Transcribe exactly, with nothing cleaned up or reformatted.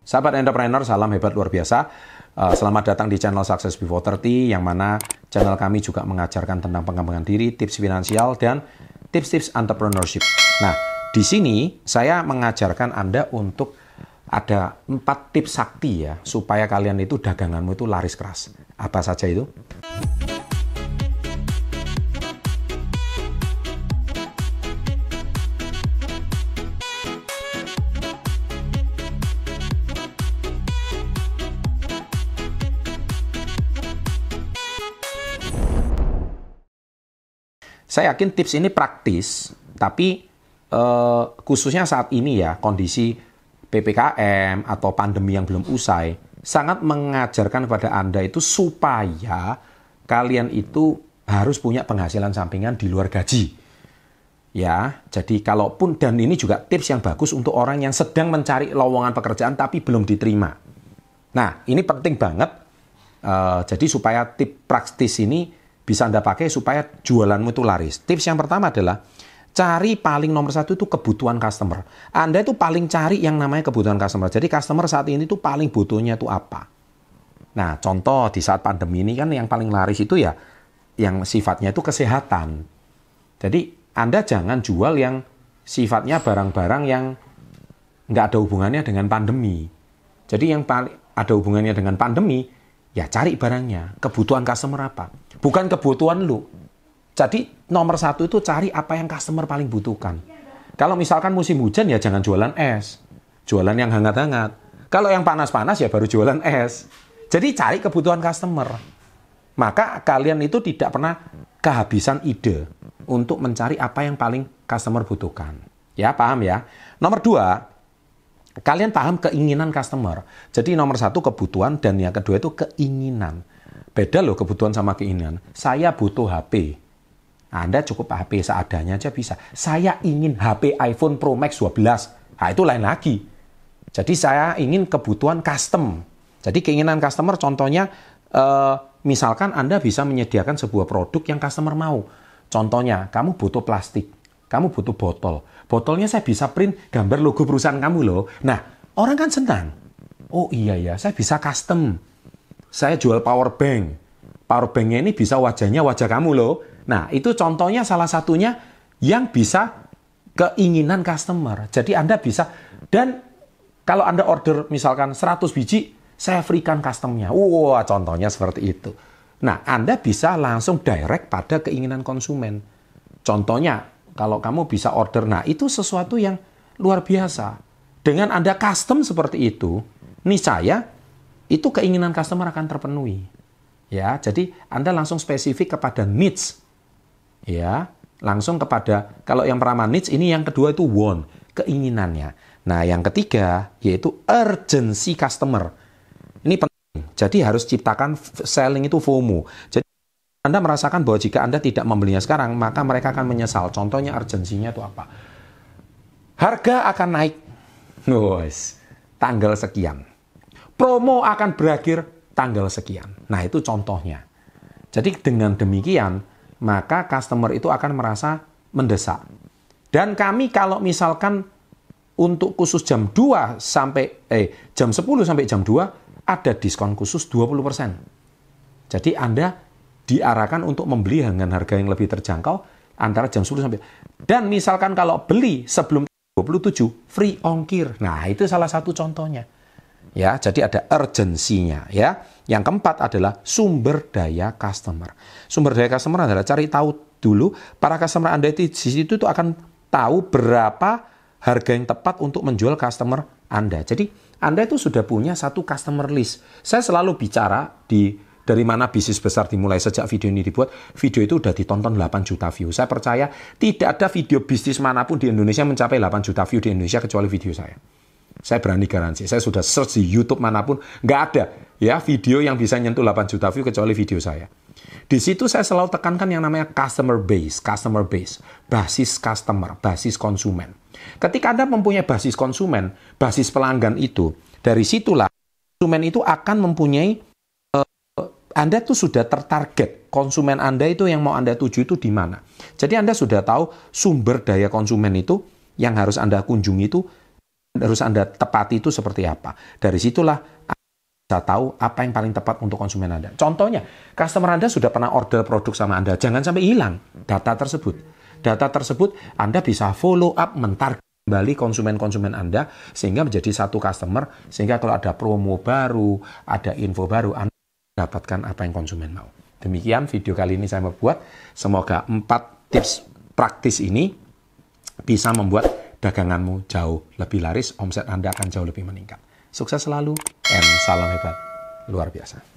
Sahabat entrepreneur, salam hebat luar biasa. Uh, selamat datang di channel Success Before tiga puluh, yang mana channel kami juga mengajarkan tentang pengembangan diri, tips finansial, dan tips-tips entrepreneurship. Nah, di sini saya mengajarkan Anda untuk ada empat tips sakti ya, supaya kalian itu daganganmu itu laris keras. Apa saja itu? Saya yakin tips ini praktis, tapi eh, khususnya saat ini ya, kondisi P P K M atau pandemi yang belum usai, sangat mengajarkan kepada Anda itu supaya kalian itu harus punya penghasilan sampingan di luar gaji. Ya, jadi kalaupun, dan ini juga tips yang bagus untuk orang yang sedang mencari lowongan pekerjaan tapi belum diterima. Nah, ini penting banget. Eh, jadi supaya tips praktis ini bisa Anda pakai supaya jualanmu itu laris. Tips yang pertama adalah cari paling nomor satu itu kebutuhan customer. Anda itu paling cari yang namanya kebutuhan customer. Jadi customer saat ini itu paling butuhnya itu apa? Nah, contoh di saat pandemi ini kan yang paling laris itu ya yang sifatnya itu kesehatan. Jadi Anda jangan jual yang sifatnya barang-barang yang nggak ada hubungannya dengan pandemi. Jadi yang paling ada hubungannya dengan pandemi, ya cari barangnya. Kebutuhan customer apa? Bukan kebutuhan lu. Jadi nomor satu itu cari apa yang customer paling butuhkan. Kalau misalkan musim hujan ya jangan jualan es. Jualan yang hangat-hangat. Kalau yang panas-panas ya baru jualan es. Jadi cari kebutuhan customer. Maka kalian itu tidak pernah kehabisan ide untuk mencari apa yang paling customer butuhkan. Ya, paham ya? Nomor dua, kalian paham keinginan customer. Jadi nomor satu kebutuhan dan yang kedua itu keinginan. Beda loh kebutuhan sama keinginan. Saya butuh H P. Anda cukup H P seadanya aja bisa. Saya ingin H P iPhone Pro Max dua belas. Nah, itu lain lagi. Jadi saya ingin kebutuhan custom. Jadi keinginan customer contohnya, eh, misalkan Anda bisa menyediakan sebuah produk yang customer mau. Contohnya, kamu butuh plastik. Kamu butuh botol. Botolnya saya bisa print gambar logo perusahaan kamu loh. Nah, orang kan senang. Oh iya ya, saya bisa custom. Saya jual power bank. Power banknya ini bisa wajahnya wajah kamu loh. Nah, itu contohnya salah satunya yang bisa keinginan customer. Jadi Anda bisa, dan kalau Anda order misalkan seratus biji, saya freekan customnya. Wah, contohnya seperti itu. Nah, Anda bisa langsung direct pada keinginan konsumen. Contohnya, kalau kamu bisa order, nah itu sesuatu yang luar biasa. Dengan Anda custom seperti itu, niscaya itu keinginan customer akan terpenuhi. Ya, jadi Anda langsung spesifik kepada needs. Ya, langsung kepada, kalau yang pertama needs, ini yang kedua itu want, keinginannya. Nah, yang ketiga yaitu urgency customer. Ini penting. Jadi harus ciptakan selling itu FOMO. Jadi Anda merasakan bahwa jika Anda tidak membelinya sekarang, maka mereka akan menyesal. Contohnya urgensinya itu apa? Harga akan naik. Guys, tanggal sekian. Promo akan berakhir tanggal sekian. Nah, itu contohnya. Jadi dengan demikian, maka customer itu akan merasa mendesak. Dan kami kalau misalkan untuk khusus jam dua sampai eh jam sepuluh sampai jam dua ada diskon khusus dua puluh persen. Jadi Anda diarahkan untuk membeli dengan harga yang lebih terjangkau antara jam sepuluh sampai, dan misalkan kalau beli sebelum dua puluh tujuh free ongkir. Nah, itu salah satu contohnya. Ya, jadi ada urgensinya ya. Yang keempat adalah sumber daya customer. Sumber daya customer adalah cari tahu dulu para customer Anda itu di situ tuh akan tahu berapa harga yang tepat untuk menjual customer Anda. Jadi Anda itu sudah punya satu customer list. Saya selalu bicara di dari mana bisnis besar dimulai. Sejak video ini dibuat, video itu udah ditonton delapan juta view. Saya percaya tidak ada video bisnis manapun di Indonesia mencapai delapan juta view di Indonesia kecuali video saya. Saya berani garansi. Saya sudah search di YouTube manapun, nggak ada ya video yang bisa nyentuh delapan juta view kecuali video saya. Di situ saya selalu tekankan yang namanya customer base, customer base, basis customer, basis konsumen. Ketika Anda mempunyai basis konsumen, basis pelanggan itu, dari situlah konsumen itu akan mempunyai, uh, Anda tuh sudah tertarget, konsumen Anda itu yang mau Anda tuju itu di mana. Jadi Anda sudah tahu sumber daya konsumen itu yang harus Anda kunjungi itu harus Anda tepati itu seperti apa. Dari situlah bisa tahu apa yang paling tepat untuk konsumen Anda. Contohnya, customer Anda sudah pernah order produk sama Anda, jangan sampai hilang data tersebut. Data tersebut Anda bisa follow up, mentarget kembali konsumen-konsumen Anda, sehingga menjadi satu customer, sehingga kalau ada promo baru, ada info baru, Anda dapatkan apa yang konsumen mau. Demikian video kali ini saya membuat. Semoga empat tips praktis ini bisa membuat daganganmu jauh lebih laris, omset Anda akan jauh lebih meningkat. Sukses selalu, and salam hebat luar biasa.